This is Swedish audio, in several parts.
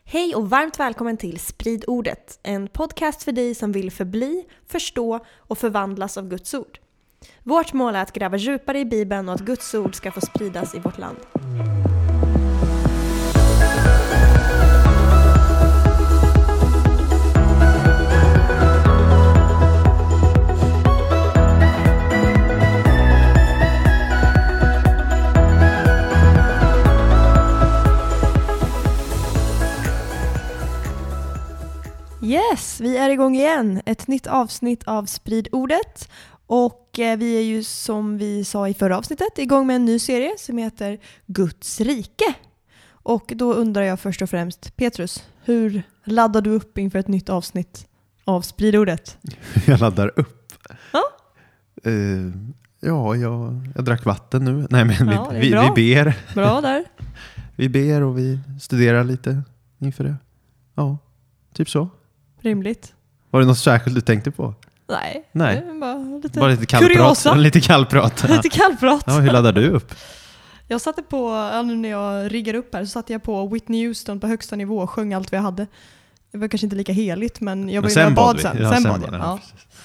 Hej och varmt välkommen till Sprid ordet, en podcast för dig som vill förbli, förstå och förvandlas av Guds ord. Vårt mål är att gräva djupare i Bibeln och att Guds ord ska få spridas i vårt land. Yes, vi är igång igen. Ett nytt avsnitt av Sprid ordet. Och vi är ju, som vi sa i förra avsnittet, igång med en ny serie som heter Guds rike. Och då undrar jag först och främst, Petrus, hur laddar du upp inför ett nytt avsnitt av Sprid ordet? Jag laddar upp? Ja. Jag drack vatten nu. Nej, men vi ber. Bra där. Vi ber och vi studerar lite inför det. Ja, typ så. Rimligt. Var det något särskilt du tänkte på? Nej. Bara lite kallprat. Lite kallprat. Lite kallprat. Ja, hur laddar du upp? Jag satte på, nu när jag riggar upp här, så satte jag på Whitney Houston på högsta nivå och sjöng allt vi hade. Det var kanske inte lika heligt, men jag var ju bad sen. Ja, sen bad jag.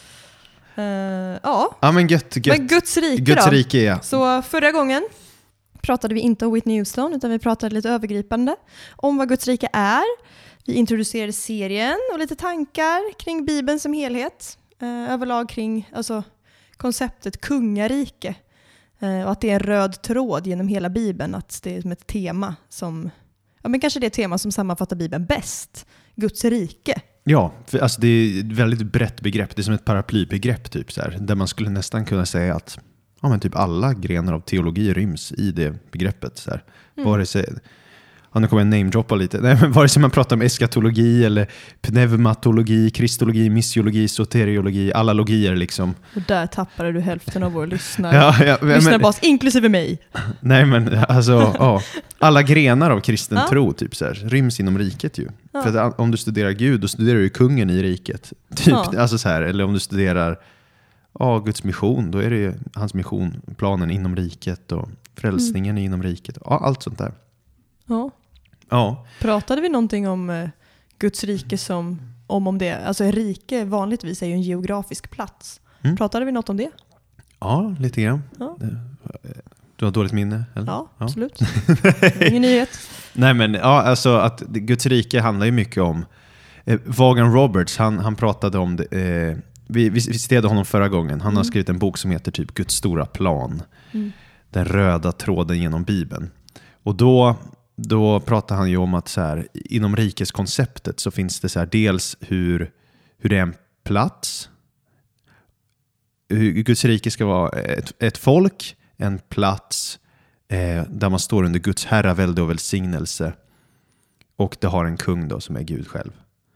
Ja. Ja, men gött. Men Guds rike Guds då. Rike, ja. Så förra gången pratade vi inte om Whitney Houston, utan vi pratade lite övergripande om vad Guds rike är. Vi introducerade serien och lite tankar kring Bibeln som helhet. Överlag kring konceptet kungarike. Och att det är en röd tråd genom hela Bibeln. Att det är som ett tema som, men kanske det tema som sammanfattar Bibeln bäst. Guds rike. Ja, för det är ett väldigt brett begrepp. Det är som ett paraplybegrepp typ så här, där man skulle nästan kunna säga att typ alla grenar av teologi ryms i det begreppet. Så här. Vare sig, nu kommer jag namedroppa lite. Nej, men vare sig man pratar om eskatologi eller pneumatologi, kristologi, missiologi, soteriologi, alla logier liksom. Och där tappade du hälften av våra lyssnare. Lyssnarbas, inklusive mig. Nej, men alla grenar av kristen tro typ så här, ryms inom riket ju. Ja. För att om du studerar Gud, då studerar du kungen i riket. Typ, så här, eller om du studerar Guds mission, då är det ju hans mission, planen inom riket och frälsningen inom riket. Allt sånt där. Ja. Pratade vi någonting om Guds rike som om det? Alltså rike vanligtvis är ju en geografisk plats. Pratade vi något om det? Ja, lite grann. Ja. Du har dåligt minne? Eller? Ja, absolut. Ingen nyhet. Nej, men att Guds rike handlar ju mycket om Vaughan Roberts, han pratade om det, vi citerade honom förra gången. Han har skrivit en bok som heter typ Guds stora plan. Den röda tråden genom Bibeln. Och då pratar han ju om att så här, inom rikeskonceptet så finns det så här, dels hur det är en plats. Hur Guds rike ska vara ett folk, en plats där man står under Guds herravälde och välsignelse. Och det har en kung då som är Gud själv.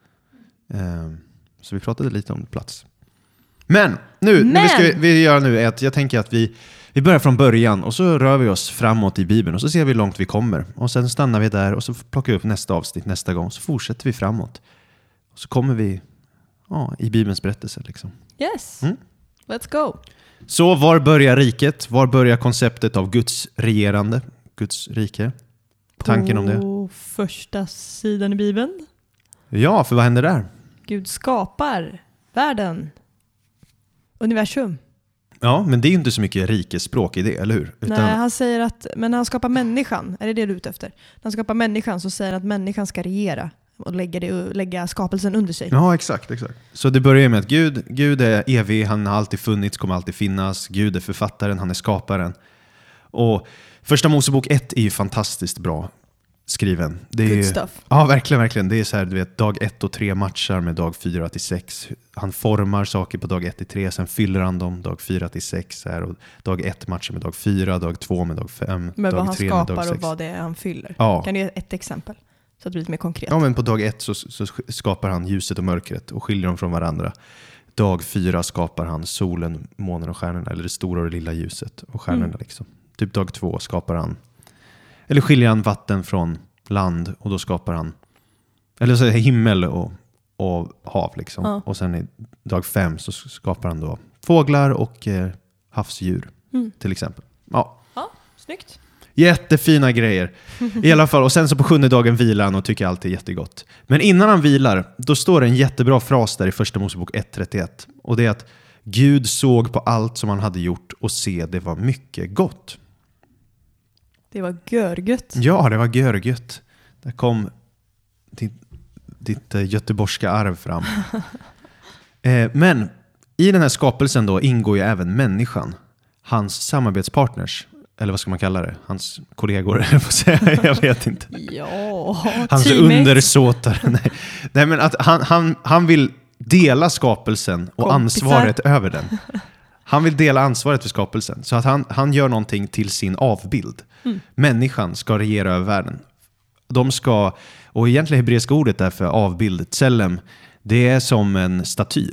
Så vi pratade lite om plats. Men det ska vi göra nu är att jag tänker att vi börjar från början och så rör vi oss framåt i Bibeln och så ser vi hur långt vi kommer. Och sen stannar vi där och så plockar vi upp nästa avsnitt nästa gång. Så fortsätter vi framåt. Och så kommer vi i Bibelns berättelse. Liksom. Yes, let's go. Så var börjar riket? Var börjar konceptet av Guds regerande? Guds rike? Tanken om det? På första sidan i Bibeln. Ja, för vad händer där? Gud skapar världen. Universum. Ja, men det är ju inte så mycket rikespråk i det, eller hur? Nej, han säger att när han skapar människan, är det du är ute efter? När han skapar människan så säger han att människan ska regera och lägga skapelsen under sig. Ja, exakt. Så det börjar med att Gud är evig, han har alltid funnits, kommer alltid finnas. Gud är författaren, han är skaparen. Och första Mosebok 1 är ju fantastiskt bra skriven. Det är, good stuff. Ja, verkligen. Det är så här, du vet, dag 1 och 3 matchar med dag 4 till 6. Han formar saker på dag 1 till 3, sen fyller han dem dag 4 till 6 här, och dag 1 matchar med dag 4, dag 2 med dag 5, men dag vad 3 han med dag skapar 6. och vad det är han fyller. Ja. Kan du ge ett exempel så att det blir lite mer konkret? Ja, men på dag 1 så skapar han ljuset och mörkret och skiljer dem från varandra. Dag 4 skapar han solen, månen och stjärnorna, eller det stora och det lilla ljuset och stjärnorna liksom. Typ dag 2 skapar han, eller skiljer han vatten från land och då skapar han, eller så är det himmel och hav liksom. Och sen i dag 5 så skapar han då fåglar och havsdjur till exempel. Ja, snyggt. Jättefina grejer. I alla fall. Och sen så på 7:e dagen vilar han och tycker allt är jättegott. Men innan han vilar, då står det en jättebra fras där i Första Mosebok 1:31. Och det är att Gud såg på allt som han hade gjort och se det var mycket gott. Det var görgött. Ja, det var görgött. Där kom ditt göteborgska arv fram. Men i den här skapelsen då ingår ju även människan. Hans samarbetspartners. Eller vad ska man kalla det? Hans kollegor, jag vet inte. Ja, hans undersåtar. Nej, men att han vill dela skapelsen och ansvaret över den. Han vill dela ansvaret för skapelsen. Så att han gör någonting till sin avbild. Människan ska regera över världen. De ska, och egentligen hebreiska ordet där för avbild, tselem, det är som en staty.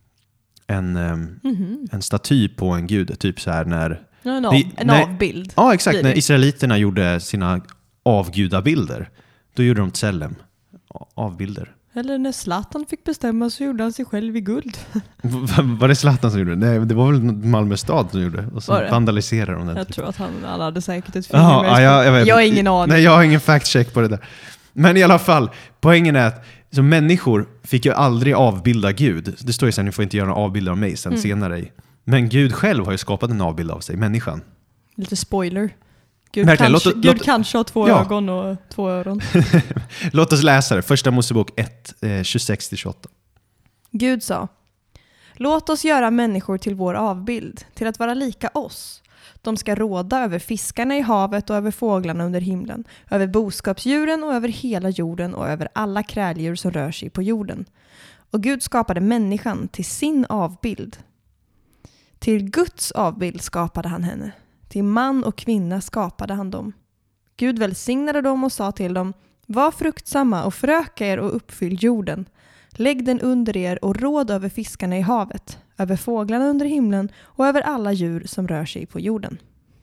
En staty på en gud, typ så här när... En avbild. Ja, exakt. När israeliterna gjorde sina avgudabilder, då gjorde de tselem, avbilder. Eller när Zlatan fick bestämma så gjorde han sig själv i guld. Var det Zlatan som gjorde det? Nej, det var väl Malmö stad som gjorde det. Och så vandaliserade de den. Jag tror att alla hade säkert ett finger med. Jag har ingen aning. Nej, jag har ingen fact-check på det där. Men i alla fall, poängen är att så människor fick ju aldrig avbilda Gud. Det står ju sen, ni får inte göra en avbild av mig sen senare. Men Gud själv har ju skapat en avbild av sig, människan. Lite spoiler. Gud kanske har 2 ögon och 2 öron. Låt oss läsa det. Första Mosebok 1, 26-28. Gud sa: låt oss göra människor till vår avbild, till att vara lika oss. De ska råda över fiskarna i havet och över fåglarna under himlen, över boskapsdjuren och över hela jorden och över alla kräldjur som rör sig på jorden. Och Gud skapade människan till sin avbild. Till Guds avbild skapade han henne. Till man och kvinna skapade han dem. Gud välsignade dem och sa till dem: var fruktsamma och föröka er och uppfyll jorden. Lägg den under er och råd över fiskarna i havet, över fåglarna under himlen och över alla djur som rör sig på jorden.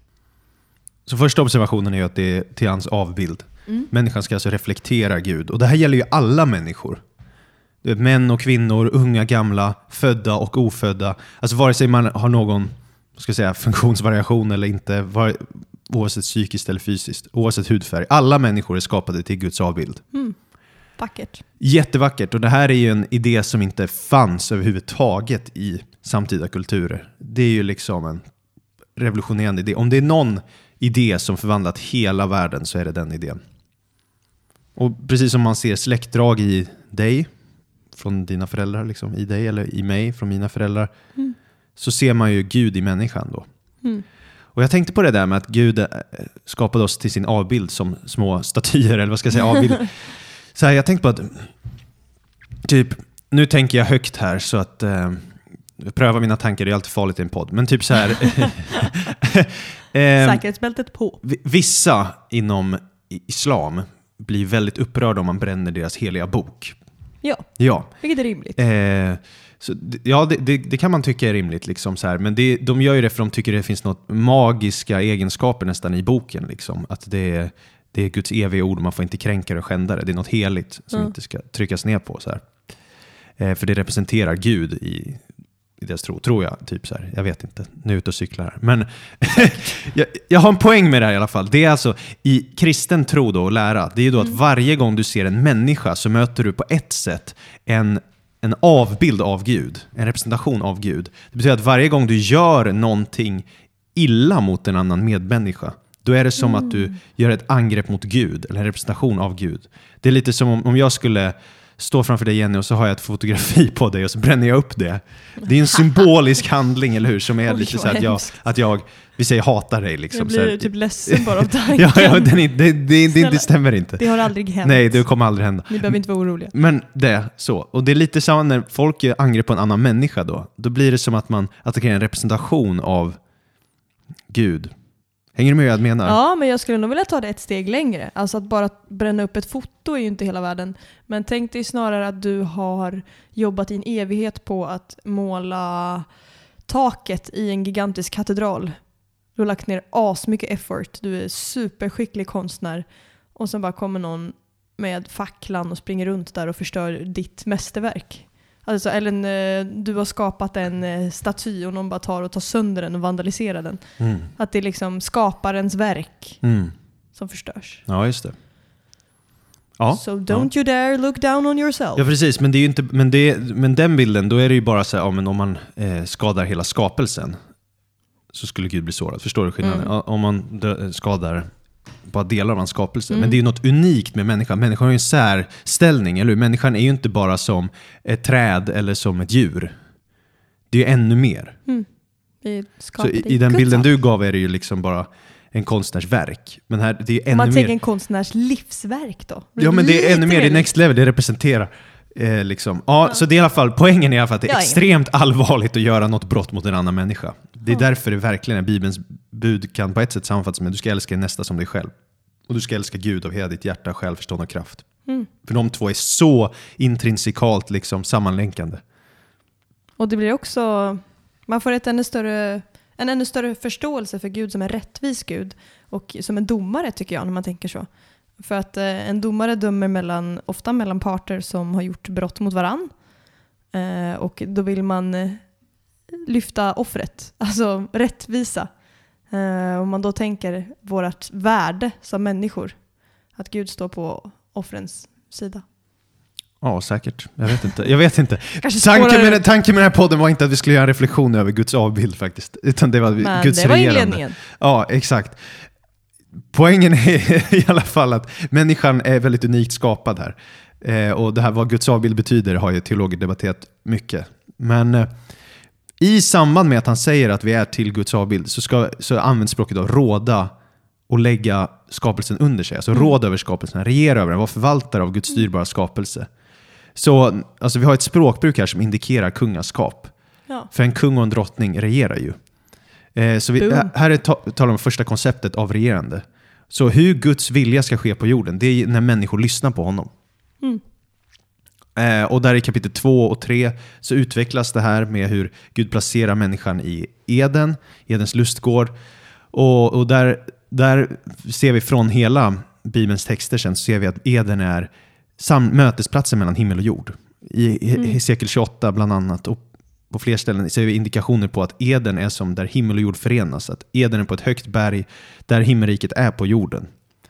Så första observationen är att det är till hans avbild. Människan ska alltså reflektera Gud. Och det här gäller ju alla människor. Män och kvinnor, unga, gamla, födda och ofödda. Alltså vare sig man har någon funktionsvariation eller inte, oavsett psykiskt eller fysiskt, oavsett hudfärg. Alla människor är skapade till Guds avbild. Vackert. Jättevackert. Och det här är ju en idé som inte fanns överhuvudtaget i samtida kulturer. Det är ju liksom en revolutionerande idé. Om det är någon idé som förvandlat hela världen så är det den idén. Och precis som man ser släktdrag i dig, från dina föräldrar, liksom, i dig, eller i mig, från mina föräldrar, så ser man ju Gud i människan då. Och jag tänkte på det där med att Gud skapade oss till sin avbild som små statyer, eller vad ska jag säga, avbild. Så här, jag tänkte på att typ, nu tänker jag högt här så att pröva mina tankar, det är alltid farligt i en podd. Men typ så här säkerhetsbältet på. Vissa inom islam blir väldigt upprörda om man bränner deras heliga bok. Ja. Vilket är rimligt. Så, ja, det kan man tycka är rimligt. Liksom, så här. Men de gör ju det för de tycker det finns något magiska egenskaper nästan i boken. Liksom. Att det är Guds eviga ord, man får inte kränka det och skända det. Det är något heligt som inte ska tryckas ner på. Så här. För det representerar Gud i deras tro, tror jag. Typ så här. Jag vet inte, nu är jag ute och cyklar här. Men jag har en poäng med det här i alla fall. Det är alltså i kristen tro då och lära. Det är då att varje gång du ser en människa så möter du på ett sätt en avbild av Gud. En representation av Gud. Det betyder att varje gång du gör någonting illa mot en annan medmänniska, då är det som att du gör ett angrepp mot Gud. Eller en representation av Gud. Det är lite som om jag skulle stå framför dig, Jenny, och så har jag ett fotografi på dig och så bränner jag upp det. Det är en symbolisk handling, eller hur? Som är lite så att jag vi säger hatar dig. Liksom. Jag blir typ ledsen bara av tanken. Det stämmer inte. Det har aldrig hänt. Nej, det kommer aldrig hända. Ni behöver inte vara oroliga. Men det så. Och det är lite samma när folk gör angrepp på en annan människa då. Då blir det som att man attackerar en representation av Gud. Hänger du med vad jag menar? Ja, men jag skulle nog vilja ta det ett steg längre. Alltså att bara bränna upp ett foto är ju inte hela världen. Men tänk dig snarare att du har jobbat i en evighet på att måla taket i en gigantisk katedral. Du har lagt ner asmycket effort. Du är superskicklig konstnär. Och sen bara kommer någon med facklan och springer runt där och förstör ditt mästerverk. Alltså, eller du har skapat en staty och någon bara tar sönder den och vandaliserar den. Att det är liksom skaparens verk som förstörs. Ja, just det. Ja, so don't you dare look down on yourself. Ja, precis. Men, det är ju inte, men den bilden, då är det ju bara så här, men om man skadar hela skapelsen så skulle Gud bli sårad. Förstår du skillnaden? Om man skadar bara delar av hans skapelse. Men det är ju något unikt med människan. Människan har ju en särställning, eller hur? Människan är ju inte bara som ett träd eller som ett djur. Det är ju ännu mer. Så i den bilden du gav är det ju liksom bara en konstnärs verk. Men här, det är ännu mer. Man tänker en konstnärs livsverk då. Ja, men det är ännu mer. Det är next level. Det representerar liksom. Ja, så det är i alla fall, poängen är i alla fall att det är extremt allvarligt att göra något brott mot en annan människa. Det är därför det verkligen är Bibelns bud kan på ett sätt sammanfattas med: du ska älska nästa som dig själv. Och du ska älska Gud av hela ditt hjärta, själ, förstånd och kraft. För de två är så intrinsikalt liksom sammanlänkande. Och det blir också, man får en ännu större förståelse för Gud som en rättvis Gud och som en domare, tycker jag, när man tänker så. För att en domare dömer ofta mellan parter som har gjort brott mot varann. Och då vill man lyfta offret, alltså rättvisa. Om man då tänker vårt värde som människor, att Gud står på offrens sida. Ja, säkert. Jag vet inte. Tanken med den här podden var inte att vi skulle göra en reflektion över Guds avbild faktiskt. Utan det var Guds regerande. Inledningen. Ja, exakt. Poängen är i alla fall att människan är väldigt unikt skapad här. Och det här vad Guds avbild betyder har ju teologer debatterat mycket. Men i samband med att han säger att vi är till Guds avbild så används språket av råda och lägga skapelsen under sig. Alltså råda över skapelsen, regera över den, vara förvaltare av Guds styrbara skapelse. Så alltså, vi har ett språkbruk här som indikerar kungaskap. Ja. För en kung och en drottning regerar ju. Så här är talar om första konceptet av regerande. Så hur Guds vilja ska ske på jorden, det är när människor lyssnar på honom. Och där i kapitel 2 och 3 så utvecklas det här med hur Gud placerar människan i Edens lustgård. Och där ser vi från hela Bibelns texter sen, så ser vi att Eden är mötesplatsen mellan himmel och jord. I Hesekiel 28 bland annat, och på fler ställen ser vi indikationer på att Eden är som där himmel och jord förenas. Att Eden är på ett högt berg där himmelriket är på jorden.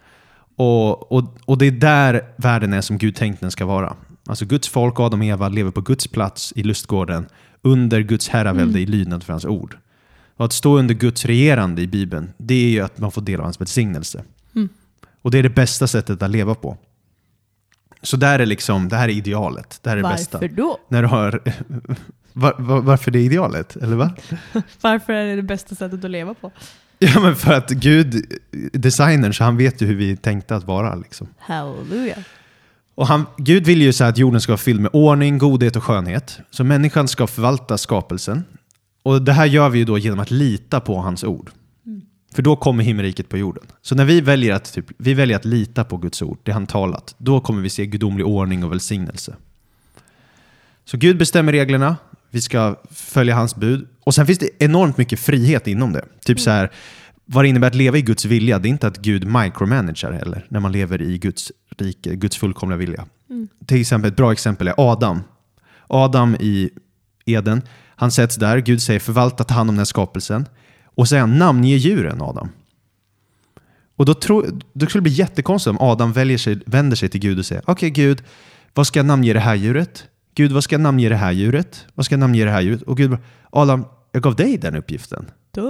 Och det är där världen är som Gud tänkt den ska vara. Alltså Guds folk, Adam och Eva, lever på Guds plats i lustgården under Guds herravälde i lydnad för hans ord. Och att stå under Guds regerande i Bibeln, det är ju att man får del av hans välsignelse. Och det är det bästa sättet att leva på. Så där är liksom, det här är idealet. Det här är det bästa. Varför då? När du har, varför det är idealet, eller va? Varför är det bästa sättet att leva på? Ja, men för att Gud, designern, så han vet ju hur vi tänkte att vara. Liksom. Halleluja. Och Gud vill ju så att jorden ska vara fylld med ordning, godhet och skönhet. Så människan ska förvalta skapelsen. Och det här gör vi ju då genom att lita på hans ord. För då kommer himmelriket på jorden. Så när vi väljer att lita på Guds ord, det han talat, då kommer vi se gudomlig ordning och välsignelse. Så Gud bestämmer reglerna, vi ska följa hans bud. Och sen finns det enormt mycket frihet inom det. Typ så här, vad det innebär att leva i Guds vilja, det är inte att Gud micromanager heller, när man lever i Guds rike, Guds fullkomliga vilja. Till exempel, ett bra exempel är Adam. Adam i Eden, han sätts där, Gud säger förvalta, ta hand om den här skapelsen. Och säger han, namnge djuren, Adam. Och då skulle det bli jättekonstigt om Adam vänder sig till Gud och säger, okej, Gud, vad ska jag namnge det här djuret? Gud, vad ska jag namnge det här djuret? Vad ska jag namnge det här djuret? Och Gud bara, Adam, jag gav dig den uppgiften.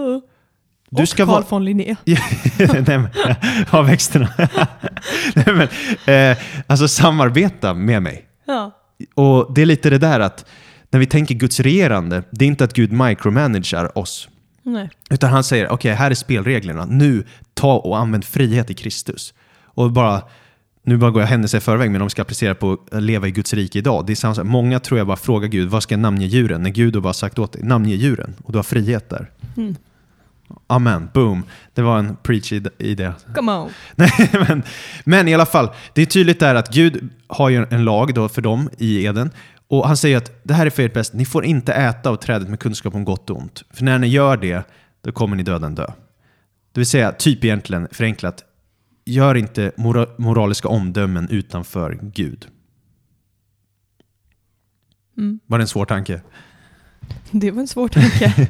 Du ska Carl von Linné. Nej, men, ja, växterna. Nej, men, alltså samarbeta med mig. Ja. Och det är lite det där att när vi tänker Guds regerande, det är inte att Gud micromanager oss. Nej. Utan han säger, okej, här är spelreglerna. Nu ta och använd frihet i Kristus. Och nu går jag händelser i förväg, men de ska applicera på att leva i Guds rike idag. Det är samma sak. Många tror jag bara frågar Gud, vad ska jag namnge djuren? När Gud har bara sagt åt dig, namnge djuren. Och du har frihet där. Amen, boom. Det var en preach i det. Come on. men i alla fall, det är tydligt där att Gud har ju en lag då för dem i Eden. Och han säger att det här är för ert bästa. Ni får inte äta av trädet med kunskap om gott och ont. För när ni gör det, då kommer ni döden dö. Det vill säga, typ egentligen förenklat, gör inte moraliska omdömen utanför Gud. Var det en svår tanke? Det var en svår tanke.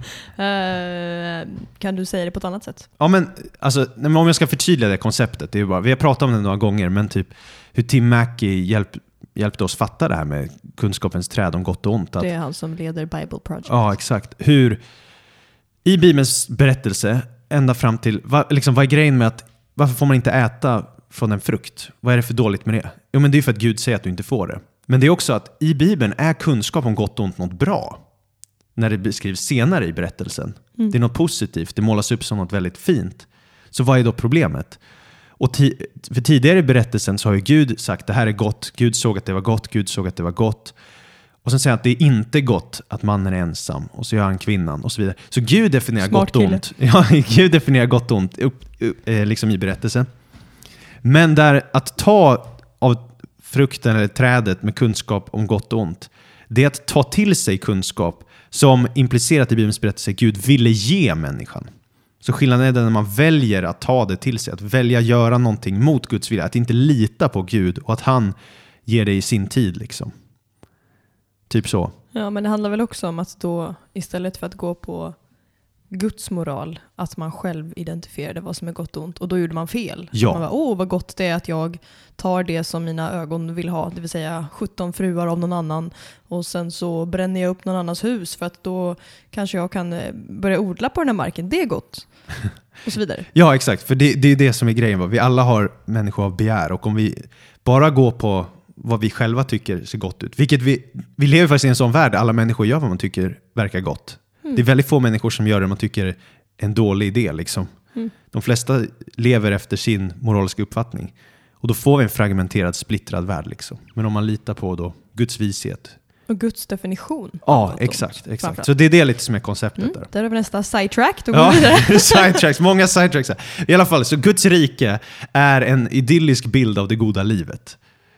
Kan du säga det på ett annat sätt? Ja, men alltså, om jag ska förtydliga det konceptet, det är bara, vi har pratat om det några gånger, men typ hur Tim Mackey hjälpte oss fatta det här med kunskapens träd om gott och ont. Det är han som leder Bible Project. Ja, exakt. Hur i Bibelns berättelse ända fram till, vad är grejen med att varför får man inte äta från en frukt? Vad är det för dåligt med det? Jo, men det är för att Gud säger att du inte får det. Men det är också att i Bibeln är kunskap om gott och ont något bra. När det beskrivs senare i berättelsen. Det är något positivt, det målas upp som något väldigt fint. Så vad är då problemet? Och för tidigare i berättelsen så har ju Gud sagt det här är gott, Gud såg att det var gott, Gud såg att det var gott. Och sen säger han att det är inte gott att mannen är ensam. Och så gör han kvinnan och så vidare. Så Gud definierar gott och ont. Ja, Gud definierar gott och ont liksom i berättelsen. Men där att ta av frukten eller trädet med kunskap om gott och ont, det är att ta till sig kunskap som implicerat i Bibelns berättelse Gud ville ge människan. Så skillnaden är den när man väljer att ta det till sig, att välja göra någonting mot Guds vilja, att inte lita på Gud och att han ger det i sin tid liksom. Typ så. Ja, men det handlar väl också om att då istället för att gå på Guds moral, att man själv identifierade vad som är gott och ont, och då gjorde man fel. Ja. Man bara, vad gott det är att jag tar det som mina ögon vill ha, det vill säga 17 fruar av någon annan, och sen så bränner jag upp någon annans hus för att då kanske jag kan börja odla på den här marken, det är gott. Och så vidare. Ja, exakt, för det är det som är grejen. Vi alla har människor av begär, och om vi bara går på vad vi själva tycker ser gott ut, vilket vi lever faktiskt i en sån värld, alla människor gör vad man tycker verkar gott. Det är väldigt få människor som gör det man tycker är en dålig idé. Liksom. De flesta lever efter sin moraliska uppfattning. Och då får vi en fragmenterad, splittrad värld. Liksom. Men om man litar på då Guds vishet. Och Guds definition. Ja, exakt. Så det är det lite som är konceptet där. Där har vi nästa sidetrack. Då går vi vidare. Sidetracks, många sidetracks. I alla fall, så Guds rike är en idyllisk bild av det goda livet.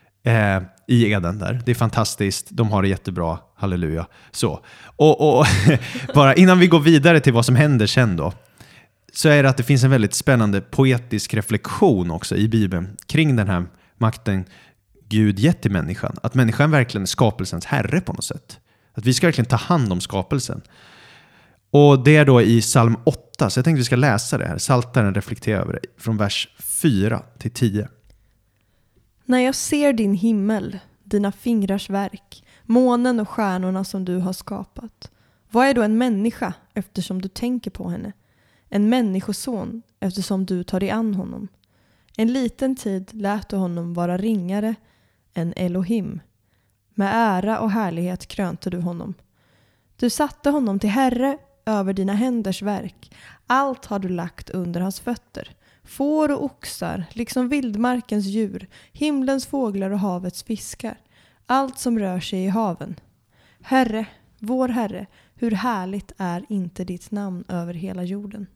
I Eden där. Det är fantastiskt. De har det jättebra. Halleluja. Så. Och bara innan vi går vidare till vad som händer sen då, så är det att det finns en väldigt spännande poetisk reflektion också i Bibeln kring den här makten Gud gett till människan. Att människan verkligen är skapelsens herre på något sätt. Att vi ska verkligen ta hand om skapelsen. Och det är då i psalm 8. Så jag tänkte vi ska läsa det här. Psaltaren reflekterar över det. Från vers 4 till 10. När jag ser din himmel, dina fingrars verk, månen och stjärnorna som du har skapat. Vad är då en människa eftersom du tänker på henne? En människoson eftersom du tar dig an honom. En liten tid lät du honom vara ringare än Elohim. Med ära och härlighet krönte du honom. Du satte honom till herre över dina händers verk. Allt har du lagt under hans fötter. Får och oxar, liksom vildmarkens djur, himlens fåglar och havets fiskar. Allt som rör sig i haven. Herre, vår Herre, hur härligt är inte ditt namn över hela jorden.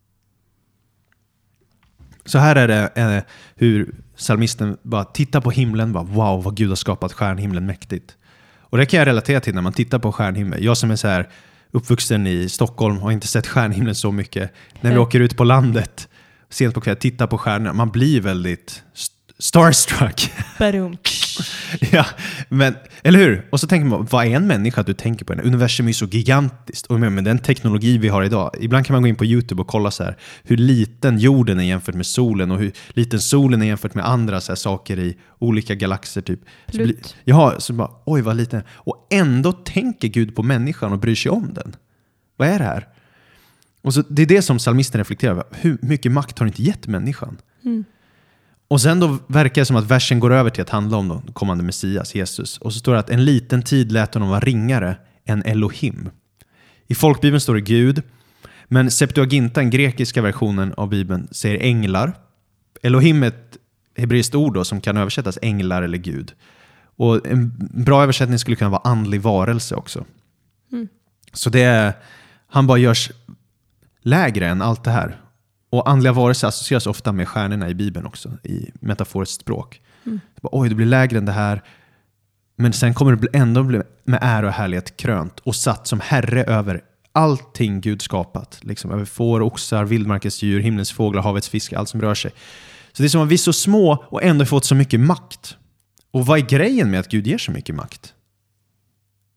Så här är det hur psalmisten bara tittar på himlen, bara wow vad Gud har skapat stjärnhimlen mäktigt. Och det kan jag relatera till när man tittar på stjärnhimlen. Jag som är så här uppvuxen i Stockholm har inte sett stjärnhimlen så mycket. När vi åker ut på landet sent på kvällen, tittar på stjärnorna, man blir väldigt starstruck. Ja, men, eller hur? Och så tänker man, vad är en människa att du tänker på henne? Universum är så gigantiskt. Och med den teknologi vi har idag, ibland kan man gå in på YouTube och kolla så här, hur liten jorden är jämfört med solen och hur liten solen är jämfört med andra så här saker i olika galaxer typ. Så bara, oj vad liten. Och ändå tänker Gud på människan och bryr sig om den. Vad är det här? Och så, det är det som psalmisten reflekterar över. Hur mycket makt har inte gett människan? Och sen då verkar det som att versen går över till att handla om den kommande Messias, Jesus. Och så står det att en liten tid lät honom vara ringare än Elohim. I folkbibeln står det Gud. Men Septuaginta, den grekiska versionen av Bibeln, säger änglar. Elohim är ett hebreiskt ord då, som kan översättas änglar eller Gud. Och en bra översättning skulle kunna vara andlig varelse också. Så det är, han bara görs lägre än allt det här. Och andliga varelser associeras ofta med stjärnorna i Bibeln också, i metaforiskt språk. Oj, det blir lägre än det här. Men sen kommer det ändå bli med ära och härlighet krönt och satt som herre över allting Gud skapat. Liksom över får, oxar, vildmarkens djur, himlens fåglar, havets fisk, allt som rör sig. Så det är som att vi är så små och ändå fått så mycket makt. Och vad är grejen med att Gud ger så mycket makt?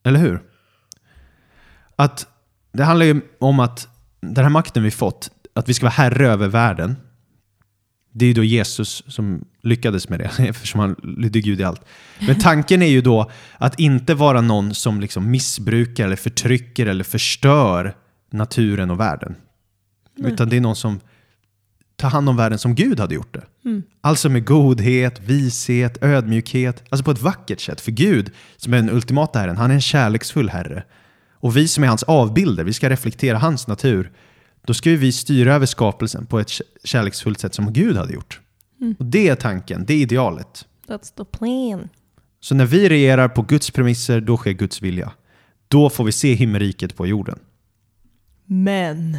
Eller hur? Att det handlar ju om att den här makten vi fått, att vi ska vara herre över världen. Det är ju då Jesus som lyckades med det, eftersom han lydde Gud i allt. Men tanken är ju då att inte vara någon som liksom missbrukar eller förtrycker eller förstör naturen och världen. Nej. Utan det är någon som tar hand om världen som Gud hade gjort det. Alltså med godhet, vishet, ödmjukhet. Alltså på ett vackert sätt. För Gud, som är den ultimata herren, han är en kärleksfull herre. Och vi som är hans avbilder, vi ska reflektera hans natur. Då ska vi styra över skapelsen på ett kärleksfullt sätt som Gud hade gjort. Och det är tanken, det är idealet. That's the plan. Så när vi regerar på Guds premisser, då sker Guds vilja. Då får vi se himmelriket på jorden. Men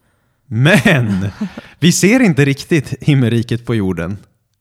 vi ser inte riktigt himmelriket på jorden.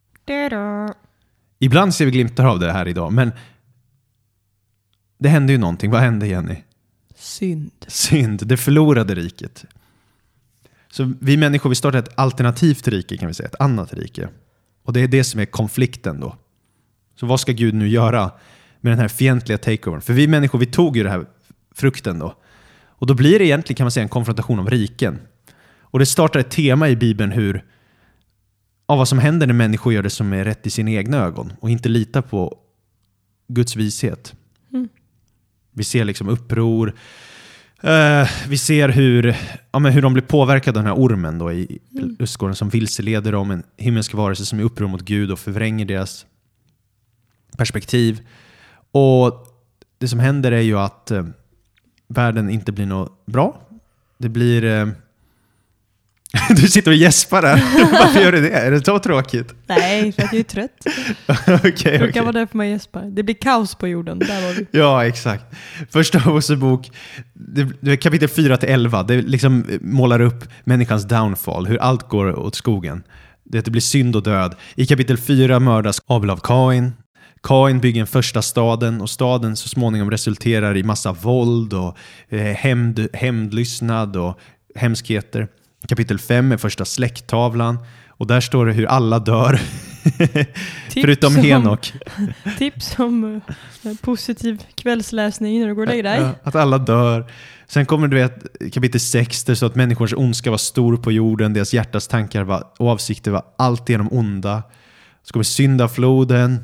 Ibland ser vi glimtar av det här idag, men det hände ju någonting. Vad hände, Jenny? Synd, det förlorade riket. Så vi människor, vi startar ett alternativt rike, kan vi säga, ett annat rike. Och det är det som är konflikten då. Så vad ska Gud nu göra med den här fientliga takeovern? För vi människor, vi tog ju det här frukten då. Och då blir det egentligen, kan man säga, en konfrontation om riken. Och det startar ett tema i Bibeln hur av vad som händer när människor gör det som är rätt i sina egna ögon och inte litar på Guds vishet. Vi ser liksom uppror. Vi ser hur de blir påverkade av den här ormen då i lustgården som vilseleder dem, en himmelsk varelse som är uppror mot Gud och förvränger deras perspektiv. Och det som händer är ju att världen inte blir något bra. Det blir... Du sitter och gäspar där. Varför gör du det? Är det så tråkigt? Nej, för att jag är trött. Okay. Det kan vara därför man gäspar. Det blir kaos på jorden. Där var du. Ja, exakt. Första Mosebok, det är kapitel 4-11. Det liksom målar upp människans downfall. Hur allt går åt skogen. Det blir synd och död. I kapitel 4 mördas Abel av Kain. Kain bygger en första staden och staden så småningom resulterar i massa våld och hämndlystnad och hemskheter. Kapitel 5 är första släkttavlan och där står det hur alla dör förutom Henok. Tips om positiv kvällsläsning när du går och lägger dig. Ja, att alla dör. Sen kommer du vet kapitel 6 där så att människors ondska var stor på jorden, deras hjärtas tankar och avsikter var alltigenom onda. Så kommer syndafloden.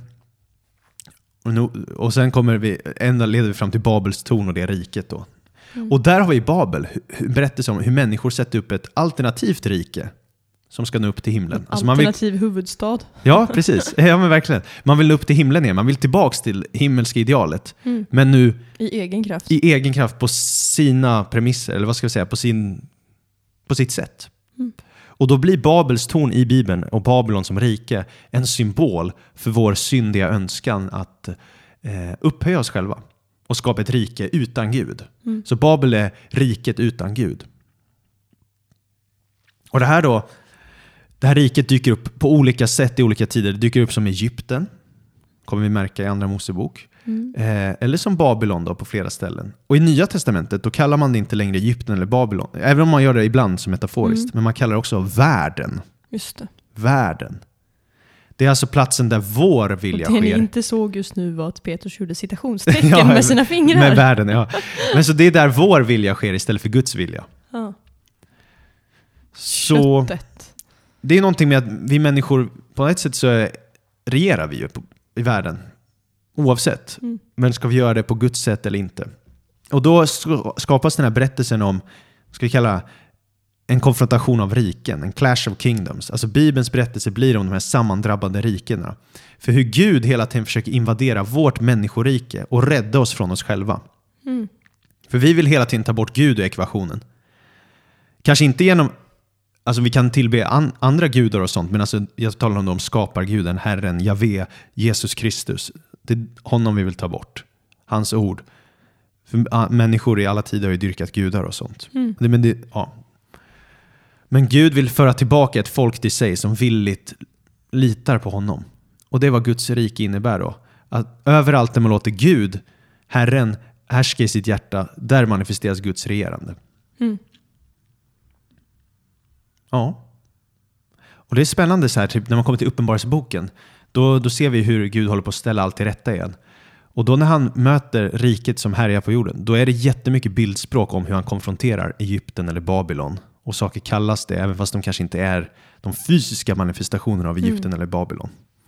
Och sen leder vi fram till Babels torn och det riket då. Och där har vi Babel, berättelse om hur människor sätter upp ett alternativt rike som ska nå upp till himlen. Alltså alternativ huvudstad. Ja, precis. Ja, men verkligen. Man vill nå upp till himlen igen. Man vill tillbaks till himmelska idealet. Men nu i egen kraft. I egen kraft på sina premisser, eller vad ska vi säga, på sitt sätt. Och då blir Babels torn i Bibeln och Babylon som rike en symbol för vår syndiga önskan att upphöja oss själva och skapa ett rike utan Gud. Så Babel är riket utan Gud. Och det här riket dyker upp på olika sätt i olika tider. Det dyker upp som Egypten, kommer vi märka i andra Mosebok. Eller som Babylon då på flera ställen. Och i Nya Testamentet då kallar man det inte längre Egypten eller Babylon. Även om man gör det ibland som metaforiskt. Men man kallar det också världen. Just det. Världen. Det är alltså platsen där vår vilja sker. Det ni inte såg just nu var att Petrus gjorde citationstecken med sina fingrar. Med världen, ja. Men så det är där vår vilja sker istället för Guds vilja. Ja. Så köttet. Det är någonting med att vi människor, på ett sätt så regerar vi ju i världen. Oavsett. Men ska vi göra det på Guds sätt eller inte? Och då skapas den här berättelsen om, ska vi kalla en konfrontation av riken, en clash of kingdoms. Alltså Bibelns berättelse blir om de här sammandrabbade rikena. För hur Gud hela tiden försöker invadera vårt människorike och rädda oss från oss själva. För vi vill hela tiden ta bort Gud ur ekvationen. Kanske inte genom, alltså vi kan tillbe andra gudar och sånt, men alltså jag talar om skaparguden, Herren, Javé, Jesus Kristus. Det är honom vi vill ta bort. Hans ord. För människor i alla tider har ju dyrkat gudar och sånt. Men Gud vill föra tillbaka ett folk till sig som villigt litar på honom. Och det är vad Guds rike innebär då. Att överallt där man låter Gud, Herren, härska i sitt hjärta, där manifesteras Guds regerande. Ja. Och det är spännande så här, typ, när man kommer till Uppenbarelseboken. Då ser vi hur Gud håller på att ställa allt till rätta igen. Och då när han möter riket som härjar på jorden, då är det jättemycket bildspråk om hur han konfronterar Egypten eller Babylon. Och saker kallas det, även fast de kanske inte är de fysiska manifestationerna av Egypten eller Babylon.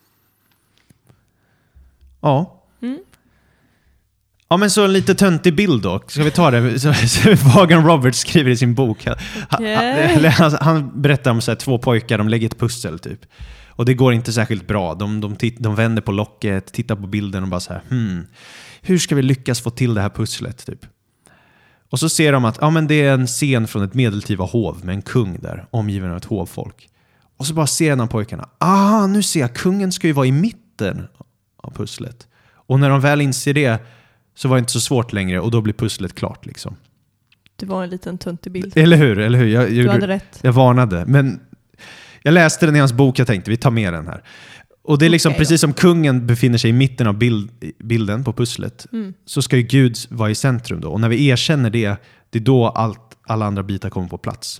Ja. Ja, men så en lite töntig bild då. Ska vi ta det? Vaughan Roberts skriver i sin bok. Han berättar om så här, 2 pojkar, de lägger ett pussel typ. Och det går inte särskilt bra. De vänder på locket, tittar på bilden och bara så här, hur ska vi lyckas få till det här pusslet typ? Och så ser de att men det är en scen från ett medeltida hov med en kung där, omgiven av ett hovfolk. Och så bara ser en av pojkarna, nu ser jag, kungen ska ju vara i mitten av pusslet. Och när de väl inser det så var det inte så svårt längre och då blir pusslet klart liksom. Det var en liten tunt i bild. Eller hur? Du hade rätt. Jag varnade, men jag läste den i hans bok, jag tänkte vi tar med den här. Och det är liksom precis som kungen befinner sig i mitten av bilden på pusslet, så ska ju Gud vara i centrum då. Och när vi erkänner det är då alla andra bitar kommer på plats.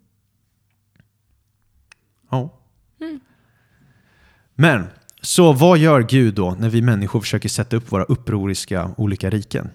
Ja. Men, så vad gör Gud då när vi människor försöker sätta upp våra upproriska olika riken?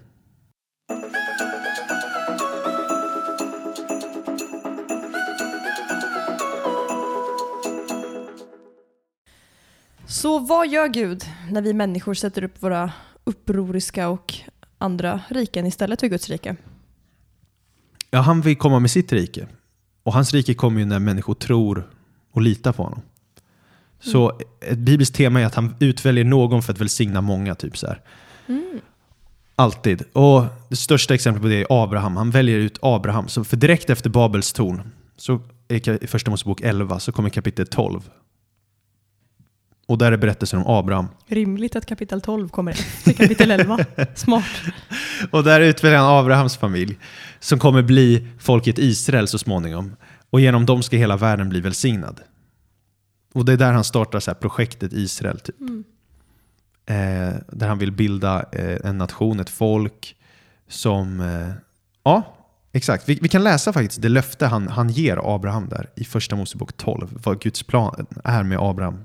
Så vad gör Gud när vi människor sätter upp våra upproriska och andra riken istället för Guds rike? Ja, han vill komma med sitt rike. Och hans rike kommer ju när människor tror och litar på honom. Så ett bibliskt tema är att han utväljer någon för att välsigna många, typ så här. Alltid. Och det största exemplet på det är Abraham. Han väljer ut Abraham. Så för direkt efter Babels torn, så i första Mosebok 11, så kommer kapitel 12. Och där är berättelsen om Abraham. Rimligt att kapitel 12 kommer efter kapitel 11. Smart. Och där utväljer han Abrahams familj, som kommer bli folket Israel så småningom. Och genom dem ska hela världen bli välsignad. Och det är där han startar så här projektet Israel typ. Där han vill bilda en nation, ett folk som... exakt. Vi kan läsa faktiskt det löfte han ger Abraham där i första Mosebok 12. Vad Guds plan är med Abraham.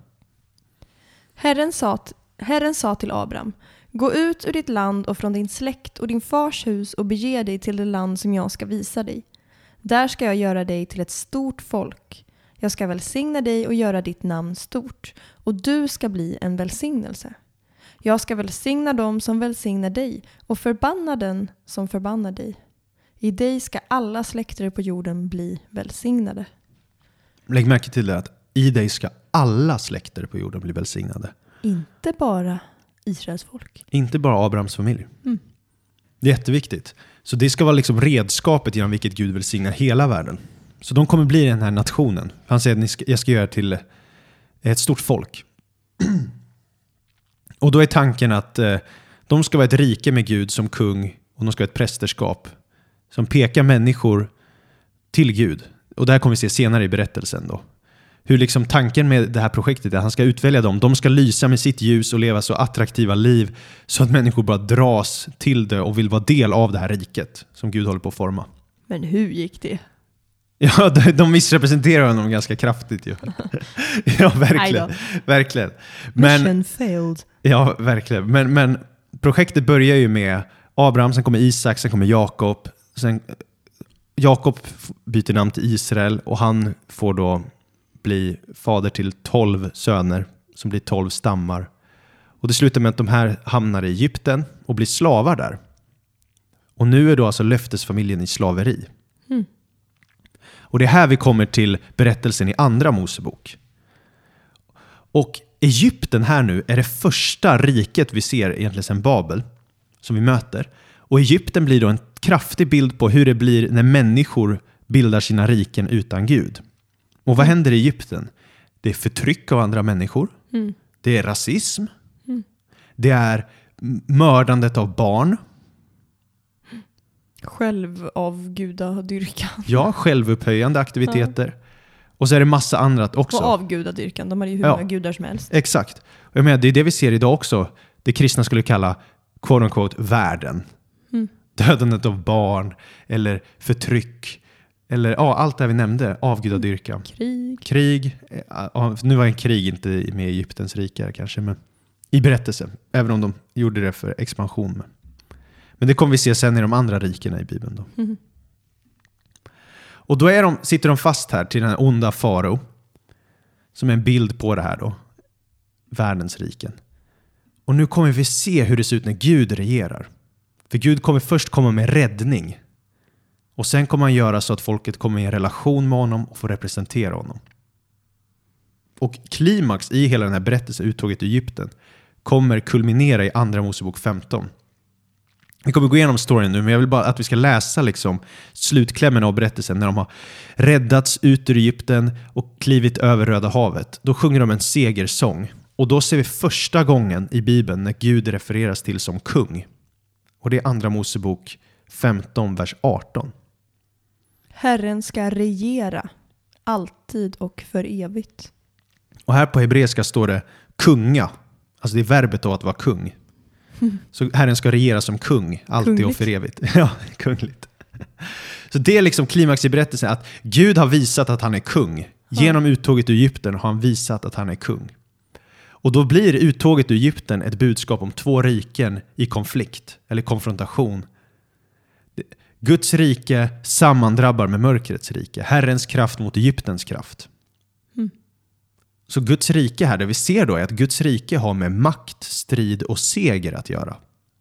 Herren sa till Abraham: gå ut ur ditt land och från din släkt och din fars hus och bege dig till det land som jag ska visa dig. Där ska jag göra dig till ett stort folk. Jag ska välsigna dig och göra ditt namn stort, och du ska bli en välsignelse. Jag ska välsigna dem som välsignar dig och förbanna den som förbannar dig. I dig ska alla släkter på jorden bli välsignade. Lägg märke till det, att i dig ska alla släkter på jorden bli välsignade. Inte bara Israels folk. Inte bara Abrahams familj. Det är jätteviktigt. Så det ska vara liksom redskapet genom vilket Gud välsignar hela världen. Så de kommer bli den här nationen. Han säger att jag ska göra till ett stort folk. Och då är tanken att de ska vara ett rike med Gud som kung, och de ska ha ett prästerskap som pekar människor till Gud. Och det här kommer vi se senare i berättelsen då. Hur liksom tanken med det här projektet är att han ska utvälja dem. De ska lysa med sitt ljus och leva så attraktiva liv så att människor bara dras till det och vill vara del av det här riket som Gud håller på att forma. Men hur gick det? Ja, de missrepresenterar honom ganska kraftigt ju. Ja, verkligen. Verkligen. Mission failed. Ja, verkligen. Men projektet börjar ju med Abraham, sen kommer Isak, sen kommer Jakob. Sen Jakob byter namn till Israel och han får då bli fader till 12 söner som blir 12 stammar. Och det slutar med att de här hamnar i Egypten och blir slavar där. Och nu är då alltså löftesfamiljen i slaveri. Och det är här vi kommer till berättelsen i andra Mosebok. Och Egypten här nu är det första riket vi ser egentligen sedan Babel som vi möter. Och Egypten blir då en kraftig bild på hur det blir när människor bildar sina riken utan Gud. Och vad händer i Egypten? Det är förtryck av andra människor. Det är rasism. Det är mördandet av barn. Självavgudadyrkan. Ja, självupphöjande aktiviteter. Och så är det massa annat också. Och avgudadyrkan. De hade ju hur många gudar som helst. Exakt. Och jag menar, det är det vi ser idag också. Det kristna skulle kalla quote unquote världen. Dödandet av barn eller förtryck. Eller allt det vi nämnde. Avgudadyrkan. Krig. Nu var en krig inte med Egyptens rike kanske, men i berättelsen. Även om de gjorde det för expansion. Men det kommer vi se sen i de andra rikena i Bibeln. Då. Mm. Och då sitter de fast här till den här onda farao. Som är en bild på det här då. Världens riken. Och nu kommer vi se hur det ser ut när Gud regerar. För Gud kommer först komma med räddning. Och sen kommer han göra så att folket kommer i en relation med honom och får representera honom. Och klimax i hela den här berättelsen, uttåget i Egypten, kommer kulminera i Andra Mosebok 15. Vi kommer gå igenom storyn nu, men jag vill bara att vi ska läsa liksom slutklämmen av berättelsen när de har räddats ut ur Egypten och klivit över Röda havet. Då sjunger de en segersång. Och då ser vi första gången i Bibeln när Gud refereras till som kung. Och det är Andra Mosebok 15, vers 18. Herren ska regera alltid och för evigt. Och här på hebreiska står det kunga. Alltså det är verbet då att vara kung. Så Herren ska regera som kung, alltid kungligt. Och för evigt. Ja, kungligt. Så det är liksom klimax i berättelsen, att Gud har visat att han är kung. Genom uttåget ur Egypten har han visat att han är kung. Och då blir uttåget ur Egypten ett budskap om två riken i konflikt eller konfrontation. Guds rike sammandrabbar med mörkrets rike. Herrens kraft mot Egyptens kraft. Så Guds rike här, det vi ser då är att Guds rike har med makt, strid och seger att göra.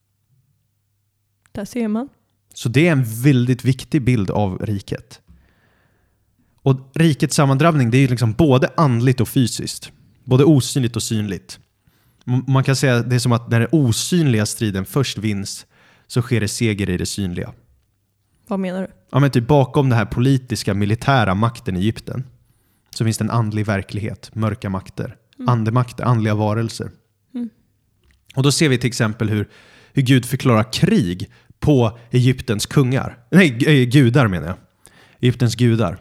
Där ser man. Så det är en väldigt viktig bild av riket. Och rikets sammandrabbning, det är liksom både andligt och fysiskt. Både osynligt och synligt. Man kan säga att det är som att när den osynliga striden först vinns så sker det seger i det synliga. Vad menar du? Ja, men typ bakom den här politiska, militära makten i Egypten så finns det en andlig verklighet, mörka makter, andemakter, andliga varelser. Och då ser vi till exempel hur Gud förklarar krig på Egyptens kungar. Nej, gudar menar jag. Egyptens gudar.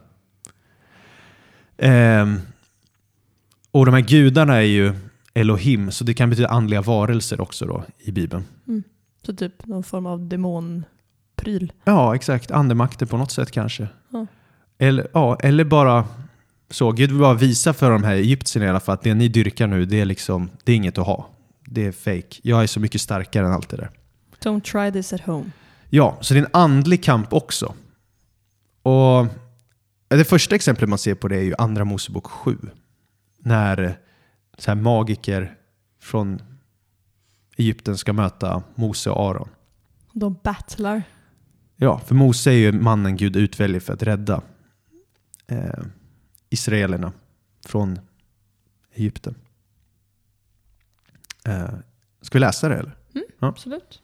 Och de här gudarna är ju Elohim, så det kan betyda andliga varelser också då i Bibeln. Så typ någon form av demonpryl. Ja, exakt. Andemakter på något sätt kanske. Ja. Eller bara så. Gud vill bara visa för de här egyptierna i alla fall att det ni dyrkar nu, det är inget att ha. Det är fake. Jag är så mycket starkare än allt det där. Don't try this at home. Ja, så det är en andlig kamp också. Och det första exemplet man ser på det är ju Andra Mosebok 7. När så här magiker från Egypten ska möta Mose och Aron. De battlar. Ja, för Mose är ju mannen Gud utväljer för att rädda israelerna från Egypten. Ska vi läsa det eller? Ja. Absolut.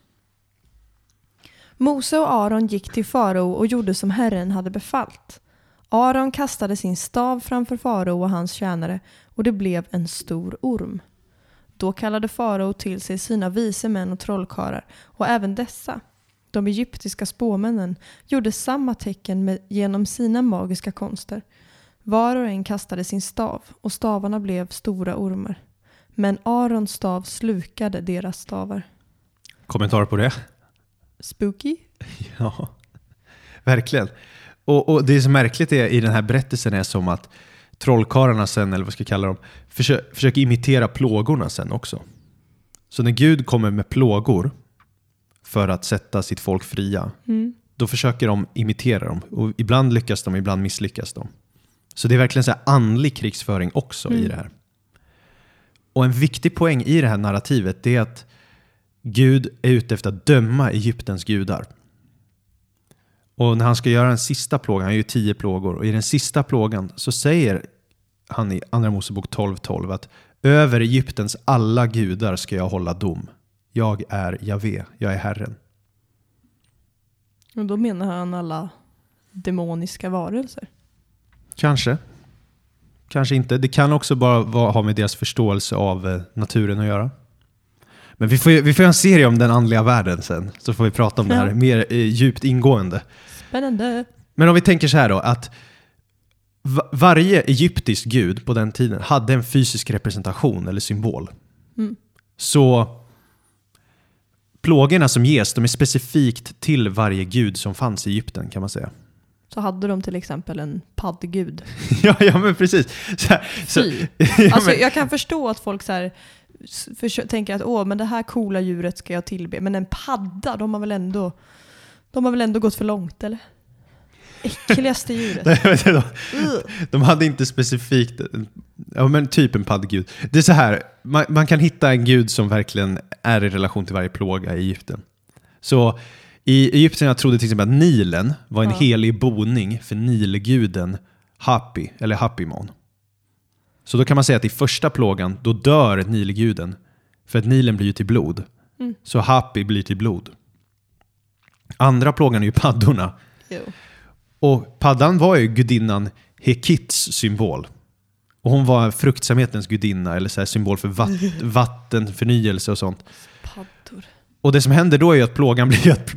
Mose och Aron gick till farao och gjorde som Herren hade befallt. Aron kastade sin stav framför farao och hans tjänare och det blev en stor orm. Då kallade farao till sig sina vise män och trollkarlar och även dessa, de egyptiska spåmännen, gjorde samma tecken genom sina magiska konster. Var och en kastade sin stav och stavarna blev stora ormar. Men Arons stav slukade deras stavar. Kommentar på det? Spooky? Ja, verkligen. Och det som är märkligt är, i den här berättelsen är som att trollkarlarna sen, eller vad ska jag kalla dem, försöker imitera plågorna sen också. Så när Gud kommer med plågor för att sätta sitt folk fria, då försöker de imitera dem. Och ibland lyckas de, ibland misslyckas de. Så det är verkligen så här andlig krigsföring också i det här. Och en viktig poäng i det här narrativet, det är att Gud är ute efter att döma Egyptens gudar. Och när han ska göra den sista plågan, han gör ju 10 plågor, och i den sista plågan så säger han i Andra Mosebok 12:12 att över Egyptens alla gudar ska jag hålla dom. Jag är Javé, jag är Herren. Och då menar han alla demoniska varelser. Kanske. Kanske inte. Det kan också bara ha med deras förståelse av naturen att göra. Men vi får en serie om den andliga världen sen. Så får vi prata om det här mer djupt ingående. Spännande. Men om vi tänker så här då, att varje egyptisk gud på den tiden hade en fysisk representation eller symbol. Så plågorna som ges, de är specifikt till varje gud som fanns i Egypten, kan man säga. Så hade de till exempel en paddgud. ja, men precis. Alltså, jag kan förstå att folk så här tänker att men det här coola djuret ska jag tillbe. Men en padda, de har väl ändå gått för långt, eller? Äckligaste djuret. De hade inte specifikt, men typ en paddgud. Det är så här, man kan hitta en gud som verkligen är i relation till varje plåga i Egypten. Så i Egypten jag trodde till exempel att Nilen var en helig boning för Nilguden Hapi, eller Hapimon. Så då kan man säga att i första plågan, då dör Nilguden. För att Nilen blir ju till blod. Så Hapi blir till blod. Andra plågan är ju paddorna. Jo. Och paddan var ju gudinnan Hekits symbol. Och hon var fruktsamhetens gudinna, eller så här symbol för vattenförnyelse och sånt. Paddor. Och det som händer då är att plågan blir att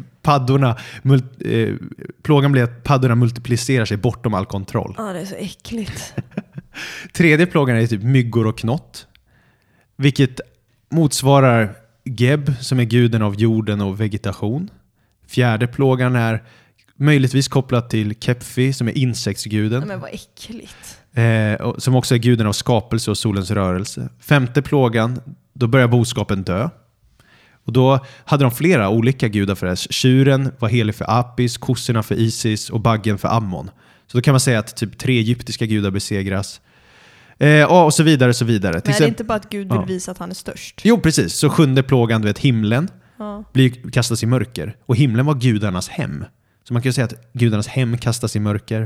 paddorna multiplicerar sig bortom all kontroll. Ja, det är så äckligt. Tredje plågan är typ myggor och knott. Vilket motsvarar Geb, som är guden av jorden och vegetation. Fjärde plågan är möjligtvis kopplat till Kepfi, som är insektsguden. Ja, men vad äckligt. Som också är guden av skapelse och solens rörelse. Femte plågan, då börjar boskapen dö. Och då hade de flera olika gudar för det. Tjuren var helig för Apis, kossorna för Isis och baggen för Ammon. Så då kan man säga att typ 3 egyptiska gudar besegras. Och så vidare, så vidare. Men är det inte bara att Gud vill visa att han är störst? Jo, precis. Så sjunde plågan, du vet, himlen kastas i mörker. Och himlen var gudarnas hem. Så man kan ju säga att gudarnas hem kastas i mörker.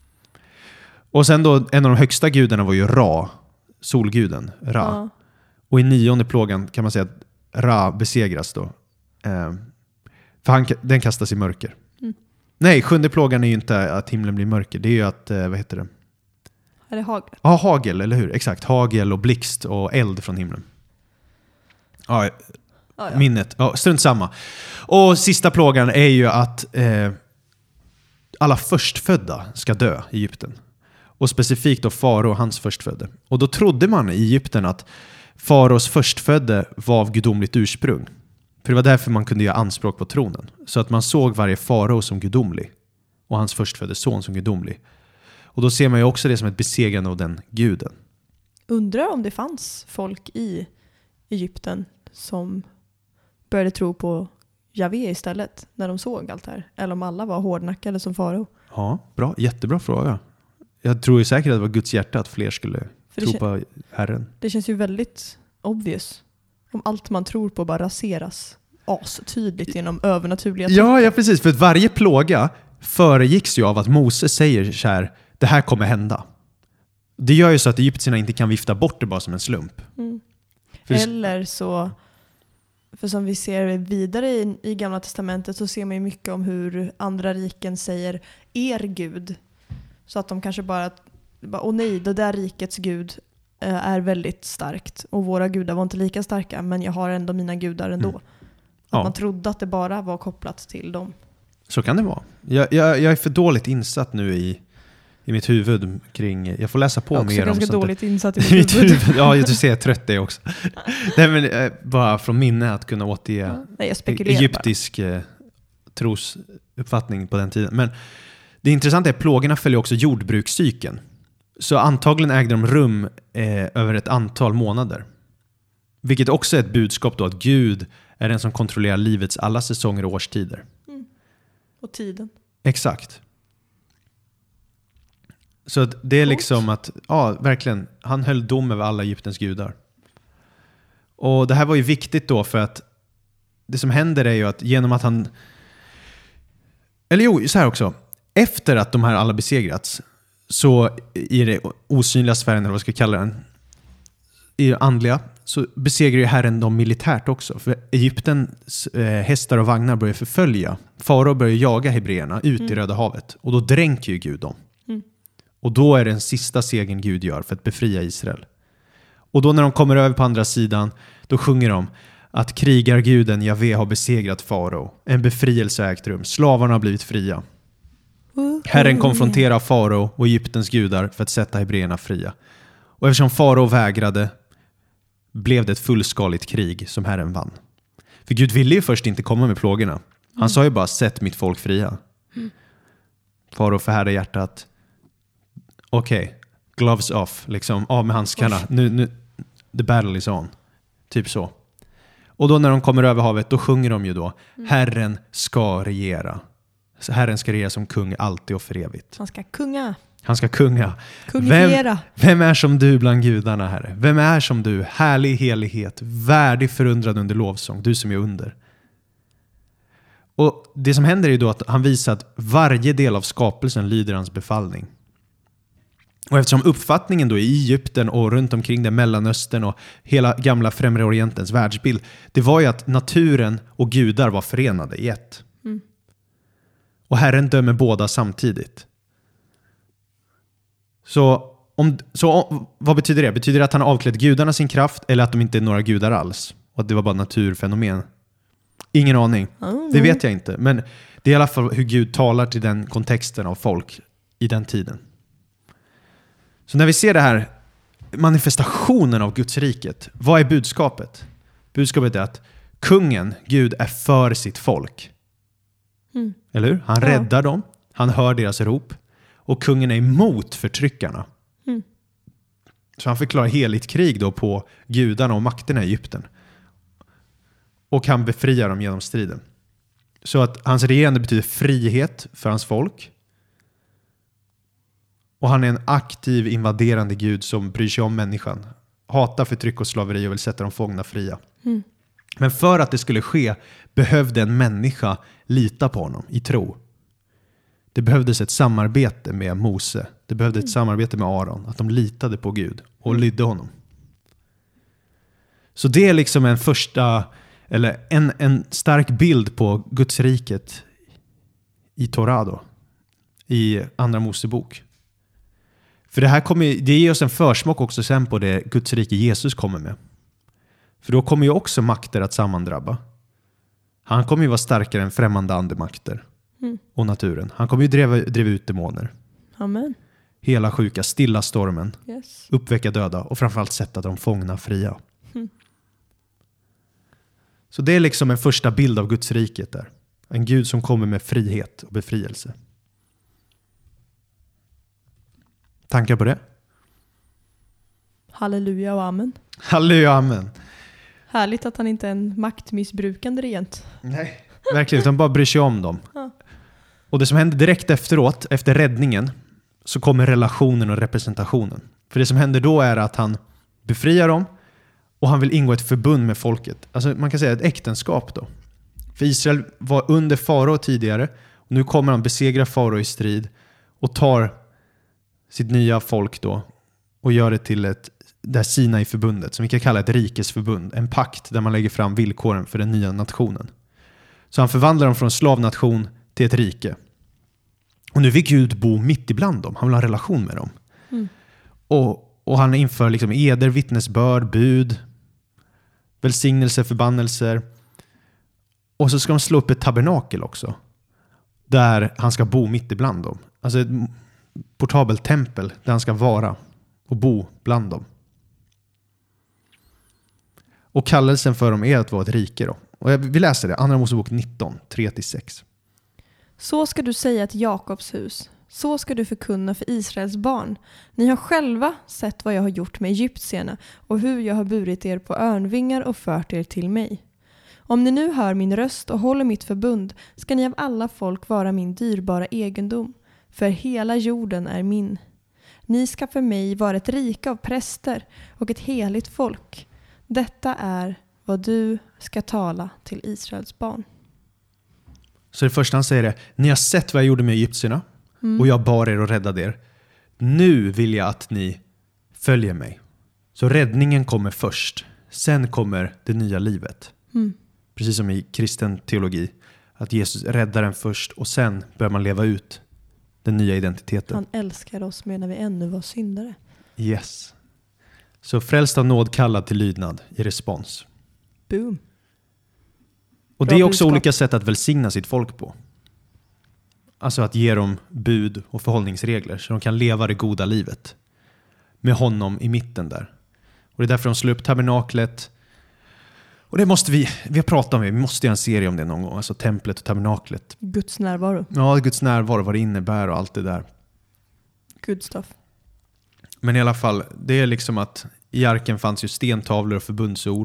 Och sen då, en av de högsta gudarna var ju Ra, solguden, Ra. Ja. Och i 9:e plågan kan man säga att Ra besegras då. För den kastas i mörker. Nej, 7:e plågan är ju inte att himlen blir mörker. Det är ju att, vad heter det? Är det hagel? Ja, hagel, eller hur? Exakt, hagel och blixt och eld från himlen. Ja. Minnet. Ja, strunt samma. Och sista plågan är ju att alla förstfödda ska dö i Egypten. Och specifikt då farao och hans förstfödde. Och då trodde man i Egypten att faraos förstfödde var av gudomligt ursprung. För det var därför man kunde göra anspråk på tronen. Så att man såg varje farao som gudomlig. Och hans förstfödde son som gudomlig. Och då ser man ju också det som ett besegrande av den guden. Undrar om det fanns folk i Egypten som började tro på Javé istället när de såg allt här. Eller om alla var hårdnackade som farao. Ja, bra. Jättebra fråga. Jag tror ju säkert att det var Guds hjärta att fler skulle tro på Herren. Det känns ju väldigt obvious. Om allt man tror på bara raseras tydligt genom övernaturliga Ja, precis. För att varje plåga föregicks ju av att Moses säger så här: det här kommer hända. Det gör ju så att egyptierna inte kan vifta bort det bara som en slump. Eller så, för som vi ser vidare i Gamla testamentet, så ser man ju mycket om hur andra riken säger er Gud. Så att de kanske bara åh nej, det där rikets Gud är väldigt starkt. Och våra gudar var inte lika starka, men jag har ändå mina gudar ändå. Att man trodde att det bara var kopplat till dem. Så kan det vara. Jag är för dåligt insatt nu i mitt huvud kring... Jag får läsa på mer om sånt. Jag är ganska dåligt insatt i mitt huvud. Ja, du ser, trött det också. Nej, men bara från minne att kunna återge egyptisk trosuppfattning på den tiden. Men det intressanta är att plågorna följer också jordbrukscykeln. Så antagligen ägde de rum över ett antal månader. Vilket också är ett budskap då att Gud är den som kontrollerar livets alla säsonger och årstider. Och tiden. Exakt. Så att det är liksom att, verkligen, han höll dom över alla Egyptens gudar. Och det här var ju viktigt då för att det som händer är ju att genom att han... Eller jo, så här också. Efter att de här alla besegrats, så i det osynliga sfären, eller vad ska jag kalla den, i det andliga, så besegrar ju Herren dem militärt också. För Egyptens hästar och vagnar börjar förfölja. Farao börjar jaga hebreerna ut i Röda havet. Och då dränker ju Gud dem. Och då är det den sista segern Gud gör för att befria Israel. Och då när de kommer över på andra sidan, då sjunger de att krigarguden Javé har besegrat farao. En befrielse har ägt rum. Slavarna har blivit fria. Herren konfronterar farao och Egyptens gudar för att sätta hebreerna fria. Och eftersom farao vägrade blev det ett fullskaligt krig som Herren vann. För Gud ville ju först inte komma med plågorna. Han sa ju bara, sätt mitt folk fria. Farao förhärde hjärtat. Okej, gloves off. Liksom, av med handskarna. Nu, the battle is on. Typ så. Och då när de kommer över havet, då sjunger de ju då Herren ska regera. Så Herren ska regera som kung alltid och för evigt. Han ska kunga. Han ska kunga. Vem är som du bland gudarna, Herre? Vem är som du? Härlig helighet, värdig förundrad under lovsång, du som är under. Och det som händer är ju då att han visar att varje del av skapelsen lyder hans befallning. Och eftersom uppfattningen då i Egypten och runt omkring det Mellanöstern och hela gamla Främre Orientens världsbild, det var ju att naturen och gudar var förenade i ett. Och Herren dömer båda samtidigt. Så vad betyder det? Betyder det att han har avklätt gudarna sin kraft eller att de inte är några gudar alls? Och att det var bara naturfenomen? Ingen aning. Det vet jag inte. Men det är i alla fall hur Gud talar till den kontexten av folk i den tiden. Så när vi ser det här manifestationen av Guds riket, vad är budskapet? Budskapet är att kungen, Gud, är för sitt folk. Eller hur? Han räddar dem. Han hör deras rop. Och kungen är emot förtryckarna. Så han förklarar heligt krig då på gudarna och makterna i Egypten. Och han befriar dem genom striden. Så att hans regerande betyder frihet för hans folk. Och han är en aktiv invaderande Gud som bryr sig om människan. Hatar förtryck och slaveri och vill sätta dem fångna fria. Men för att det skulle ske behövde en människa lita på honom i tro. Det behövdes ett samarbete med Mose. Det behövde ett samarbete med Aron. Att de litade på Gud och lydde honom. Så det är liksom en första, eller en stark bild på Guds riket i Torah då, i Andra Mosebok. För det ger oss en försmak också sen på det Guds rike Jesus kommer med. För då kommer ju också makter att sammandrabba. Han kommer ju vara starkare än främmande andemakter och naturen. Han kommer ju driva ut demoner. Amen. Hela sjuka, stilla stormen, Yes. uppväcka döda och framförallt sätta de fångna fria. Så det är liksom en första bild av Guds riket där. En Gud som kommer med frihet och befrielse. Tankar på det? Halleluja och amen. Halleluja, amen. Härligt att han inte är en maktmissbrukande regent. Nej, verkligen. Utan bara bryr sig om dem. Ja. Och det som händer direkt efteråt, efter räddningen, så kommer relationen och representationen. För det som händer då är att han befriar dem och han vill ingå ett förbund med folket. Alltså man kan säga ett äktenskap då. För Israel var under farao tidigare och nu kommer han besegra farao i strid och tar sitt nya folk då och gör det till det Sinai-förbundet som vi kan kalla ett rikesförbund. En pakt där man lägger fram villkoren för den nya nationen. Så han förvandlar dem från slavnation till ett rike. Och nu vill Gud bo mitt ibland dem. Han vill ha en relation med dem. Och han inför liksom eder, vittnesbörd, bud, välsignelser, förbannelser. Och så ska de slå upp ett tabernakel också. Där han ska bo mitt ibland dem. Alltså ett portabelt tempel där han ska vara och bo bland dem. Och kallelsen för dem är att vara ett rike då. Och vi läser det, Andra Mosebok 19, 3-6. Så ska du säga till Jakobs hus. Så ska du förkunna för Israels barn. Ni har själva sett vad jag har gjort med egyptierna och hur jag har burit er på örnvingar och fört er till mig. Om ni nu hör min röst och håller mitt förbund ska ni av alla folk vara min dyrbara egendom, för hela jorden är min. Ni ska för mig vara ett rike av präster och ett heligt folk. Detta är vad du ska tala till Israels barn. Så det första han säger är, ni har sett vad jag gjorde med egyptierna och jag bar er och räddade er. Nu vill jag att ni följer mig. Så räddningen kommer först. Sen kommer det nya livet. Precis som i kristen teologi. Att Jesus räddar en först och sen börjar man leva ut den nya identiteten. Han älskar oss medan vi ännu var syndare. Yes. Så frälst av nåd, kallad till lydnad i respons. Boom. Och Bra det är också budskap. olika sätt att välsigna sitt folk på. Alltså att ge dem bud och förhållningsregler så de kan leva det goda livet. Med honom i mitten där. Och det är därför de slår upp tabernaklet. Och det måste vi har pratat om det. Vi måste göra en serie om det någon gång. Alltså templet och tabernaklet. Guds närvaro. Ja, Guds närvaro, vad det innebär och allt det där. Good stuff. Men i alla fall, det är liksom att i arken fanns ju stentavlor och förbundsord.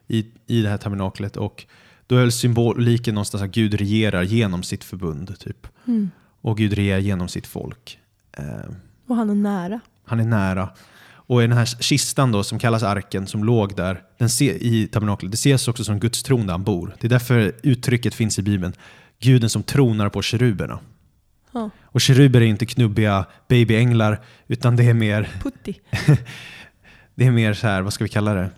i det här tabernaklet. Och då är symboliken någonstans att Gud regerar genom sitt förbund. Typ. Och Gud regerar genom sitt folk. Och han är nära. Han är nära. Och i den här kistan då, som kallas arken, som låg där i tabernaklet, det ses också som Guds tron där han bor. Det är därför uttrycket finns i Bibeln. Guden som tronar på keruberna. Ja. Och keruber är inte knubbiga babyänglar, utan det är mer... Putti. Det är mer så här, vad ska vi kalla det?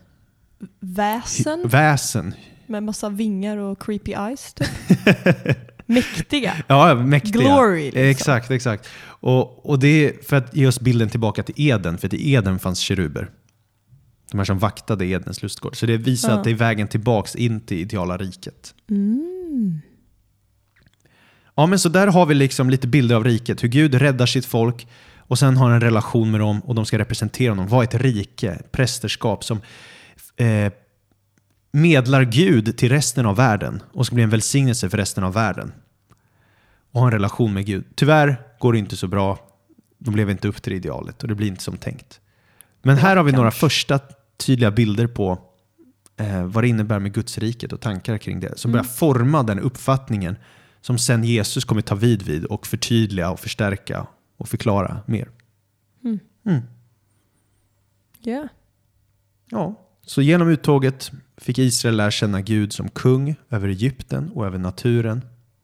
Väsen. Med massa vingar och creepy eyes typ. Mäktiga. Ja, mäktiga. Glory. Liksom. Exakt. Och det är för att ge oss bilden tillbaka till Eden. För att i Eden fanns keruber. De här som vaktade Edens lustgård. Så det visar att det är vägen tillbaks in till ideala riket. Ja, men så där har vi liksom lite bilder av riket. Hur Gud räddar sitt folk och sen har en relation med dem och de ska representera honom. Vad är ett rike? Prästerskap som medlar Gud till resten av världen och ska bli en välsignelse för resten av världen. Och ha en relation med Gud. Tyvärr går det inte så bra. De lever inte upp till idealet och det blir inte som tänkt. Men här har vi några första tydliga bilder på vad det innebär med Guds riket och tankar kring det. Som börjar forma den uppfattningen som sen Jesus kommer ta vid och förtydliga och förstärka och förklara mer. Yeah. Ja, så genom uttåget fick Israel lära känna Gud som kung över Egypten och över naturen.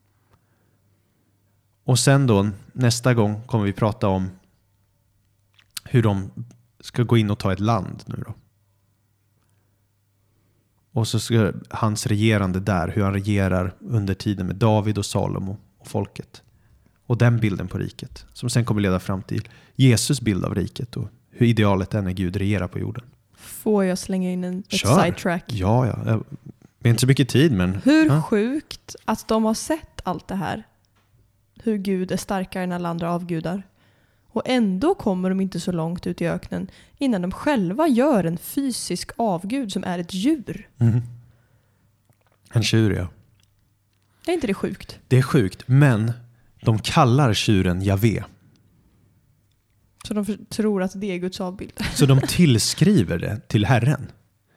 Och sen då, nästa gång kommer vi prata om hur de ska gå in och ta ett land nu då. Och så ska hans regerande där, hur han regerar under tiden med David och Salomo och folket. Och den bilden på riket som sen kommer leda fram till Jesus bild av riket och hur idealet är när Gud regerar på jorden. Får jag slänga in ett sidetrack? Ja. Det är inte så mycket tid, men... Hur sjukt att de har sett allt det här. Hur Gud är starkare än alla andra avgudar. Och ändå kommer de inte så långt ut i öknen innan de själva gör en fysisk avgud som är ett djur. En tjur, ja. Är inte det sjukt? Det är sjukt, men de kallar tjuren Javé. Så de tror att det är Guds avbild. Så de tillskriver det till Herren.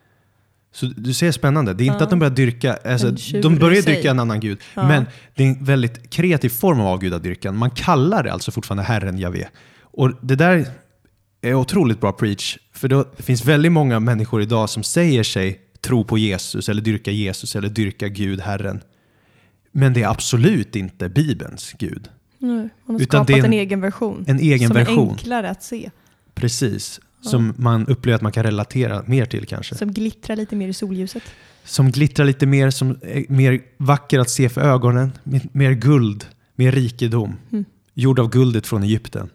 Så du ser spännande. Det är inte att de börjar dyrka, alltså, de börjar dyrka en annan gud. Ja. Men det är en väldigt kreativ form av avgudadyrkan. Man kallar det alltså fortfarande Herren Javé. Och det där är otroligt bra preach. För det finns väldigt många människor idag som säger sig tro på Jesus eller dyrka Gud, Herren. Men det är absolut inte Bibelns Gud. Nej, man har skapat en egen version. En egen som version. Är enklare att se. Precis. Som man upplever att man kan relatera mer till kanske. Som glittrar lite mer i solljuset. Som glittrar lite mer, som är mer vacker att se för ögonen. Mer guld, mer rikedom. Gjord av guldet från Egypten.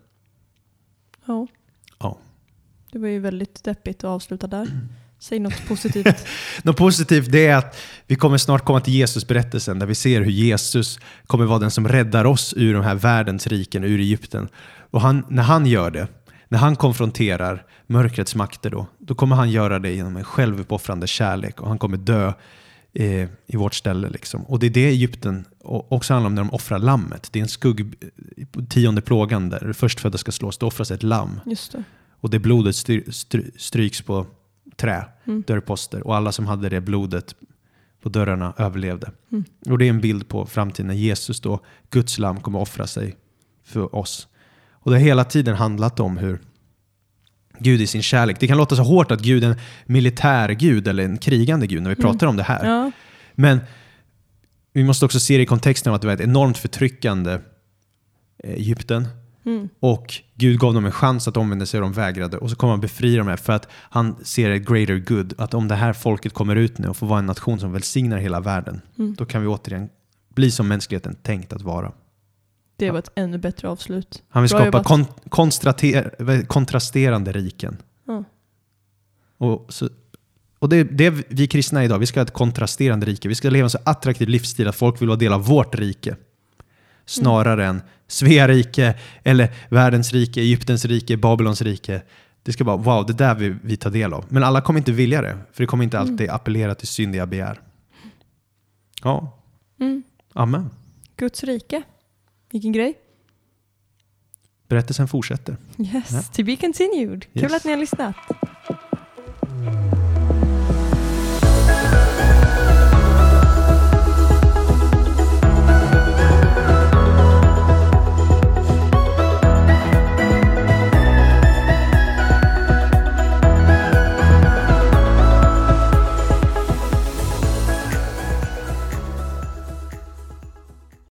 Ja. Ja. Det var ju väldigt deppigt att avsluta där. Säg något positivt. Något positivt, det är att vi kommer snart komma till Jesus-berättelsen där vi ser hur Jesus kommer vara den som räddar oss ur de här världens riken, ur Egypten. Och när han gör det, när han konfronterar mörkrets makter då kommer han göra det genom en självuppoffrande kärlek och han kommer dö i vårt ställe. Liksom. Och det är det Egypten också handlar om när de offrar lammet. Det är en tionde plågan där det förstfödda ska slås. Det offras ett lamm. Just det. Och det blodet stryks på dörrposter. Och alla som hade det blodet på dörrarna överlevde. Och det är en bild på framtiden när Jesus då, Guds lamm, kommer offra sig för oss. Och det har hela tiden handlat om hur Gud i sin kärlek. Det kan låta så hårt att Gud är en militär Gud eller en krigande Gud när vi pratar om det här. Ja. Men vi måste också se det i kontexten av att det var ett enormt förtryckande Egypten. Och Gud gav dem en chans att omvända sig och de vägrade. Och så kommer han befria dem här för att han ser ett greater good. Att om det här folket kommer ut nu och får vara en nation som välsignar hela världen. Då kan vi återigen bli som mänskligheten tänkt att vara. Det var ett ännu bättre avslut. Han vill skapa kontrasterande riken. Och det är vi kristna idag. Vi ska ha ett kontrasterande rike. Vi ska leva en så attraktiv livsstil att folk vill vara del av vårt rike. Snarare än Svea rike eller världens rike, Egyptens rike, Babylons rike. Det ska vara, wow, det där vi tar del av. Men alla kommer inte vilja det. För det kommer inte alltid appellera till syndiga begär. Ja. Amen. Guds rike. Vilken grej. Berättelsen fortsätter. Yes, to be continued. Kul att ni har lyssnat.